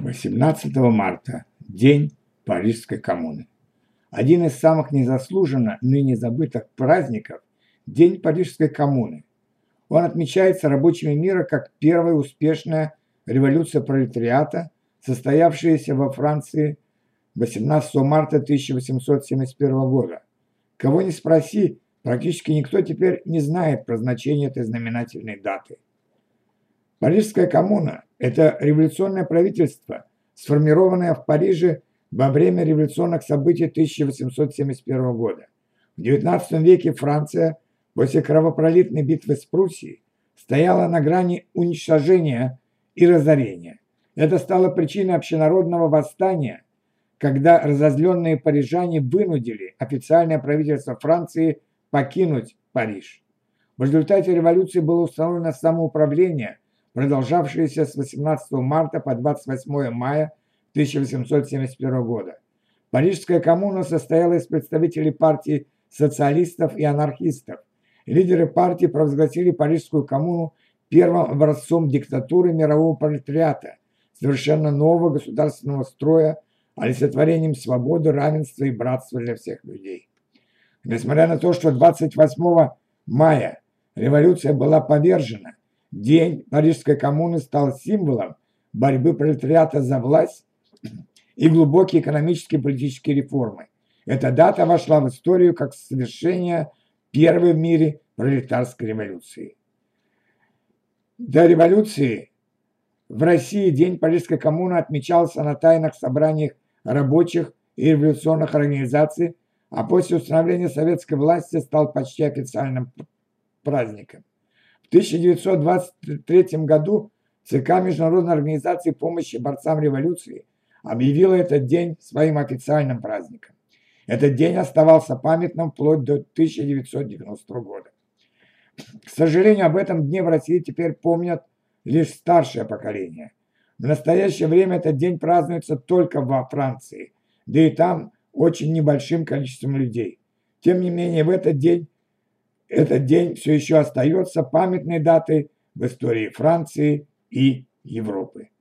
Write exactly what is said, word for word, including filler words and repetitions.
восемнадцатого марта – День Парижской коммуны. Один из самых незаслуженно ныне забытых праздников – День Парижской коммуны. Он отмечается рабочими мира как первая успешная революция пролетариата, состоявшаяся во Франции восемнадцатого марта тысяча восемьсот семьдесят первого года. Кого ни спроси, практически никто теперь не знает про значение этой знаменательной даты. Парижская коммуна – это революционное правительство, сформированное в Париже во время революционных событий тысяча восемьсот семьдесят первого года. В девятнадцатом веке Франция после кровопролитной битвы с Пруссией стояла на грани уничтожения и разорения. Это стало причиной общенародного восстания, когда разозленные парижане вынудили официальное правительство Франции покинуть Париж. В результате революции было установлено самоуправление, продолжавшееся с восемнадцатого марта по двадцать восьмое мая тысяча восемьсот семьдесят первого года. Парижская коммуна состояла из представителей партий социалистов и анархистов. Лидеры партии провозгласили Парижскую коммуну первым образцом диктатуры мирового пролетариата, совершенно нового государственного строя, олицетворением свободы, равенства и братства для всех людей. Несмотря на то, что двадцать восьмого мая революция была повержена, День Парижской коммуны стал символом борьбы пролетариата за власть и глубокие экономические и политические реформы. Эта дата вошла в историю как совершение первой в мире пролетарской революции. До революции в России День Парижской коммуны отмечался на тайных собраниях рабочих и революционных организаций, а после установления советской власти стал почти официальным праздником. В тысяча девятьсот двадцать третьем году ЦК Международной организации помощи борцам революции объявила этот день своим официальным праздником. Этот день оставался памятным вплоть до тысяча девятьсот девяностого года. К сожалению, об этом дне в России теперь помнят лишь старшее поколение. В настоящее время этот день празднуется только во Франции, да и там очень небольшим количеством людей. Тем не менее, в этот день Этот день все еще остается памятной датой в истории Франции и Европы.